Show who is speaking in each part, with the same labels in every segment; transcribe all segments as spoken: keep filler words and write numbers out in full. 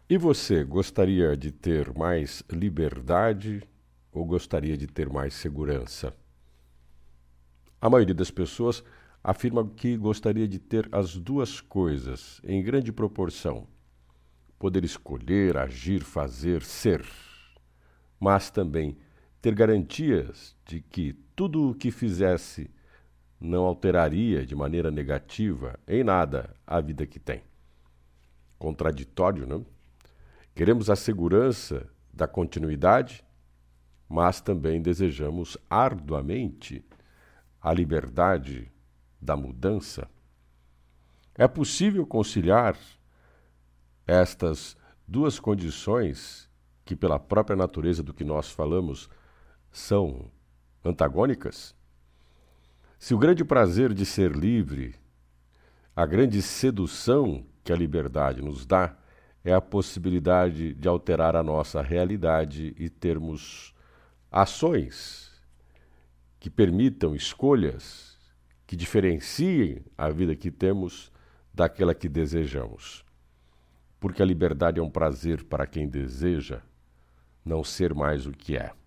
Speaker 1: E você gostaria de ter mais liberdade ou gostaria de ter mais segurança? A maioria das pessoas afirma que gostaria de ter as duas coisas em grande proporção. Poder escolher, agir, fazer, ser, mas também ter garantias de que tudo o que fizesse não alteraria de maneira negativa em nada a vida que tem. Contraditório, não? Queremos a segurança da continuidade, mas também desejamos arduamente a liberdade da mudança. É possível conciliar estas duas condições que, pela própria natureza do que nós falamos, são antagônicas? Se o grande prazer de ser livre, a grande sedução que a liberdade nos dá, é a possibilidade de alterar a nossa realidade e termos ações que permitam escolhas que diferenciem a vida que temos daquela que desejamos. Porque a liberdade é um prazer para quem deseja não ser mais o que é.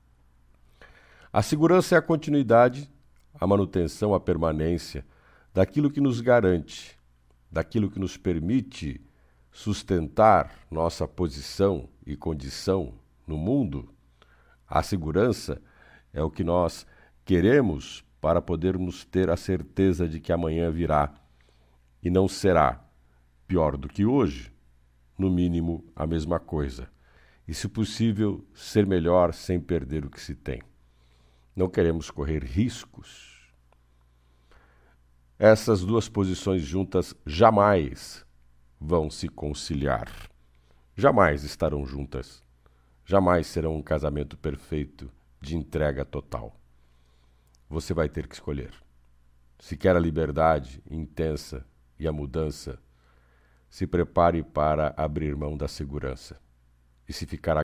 Speaker 1: A segurança é a continuidade, a manutenção, a permanência daquilo que nos garante, daquilo que nos permite sustentar nossa posição e condição no mundo. A segurança é o que nós queremos para podermos ter a certeza de que amanhã virá e não será pior do que hoje, no mínimo a mesma coisa. E, se possível, ser melhor sem perder o que se tem. Não queremos correr riscos. Essas duas posições juntas jamais vão se conciliar. Jamais estarão juntas. Jamais serão um casamento perfeito de entrega total. Você vai ter que escolher. Se quer a liberdade intensa e a mudança, se prepare para abrir mão da segurança. E se ficar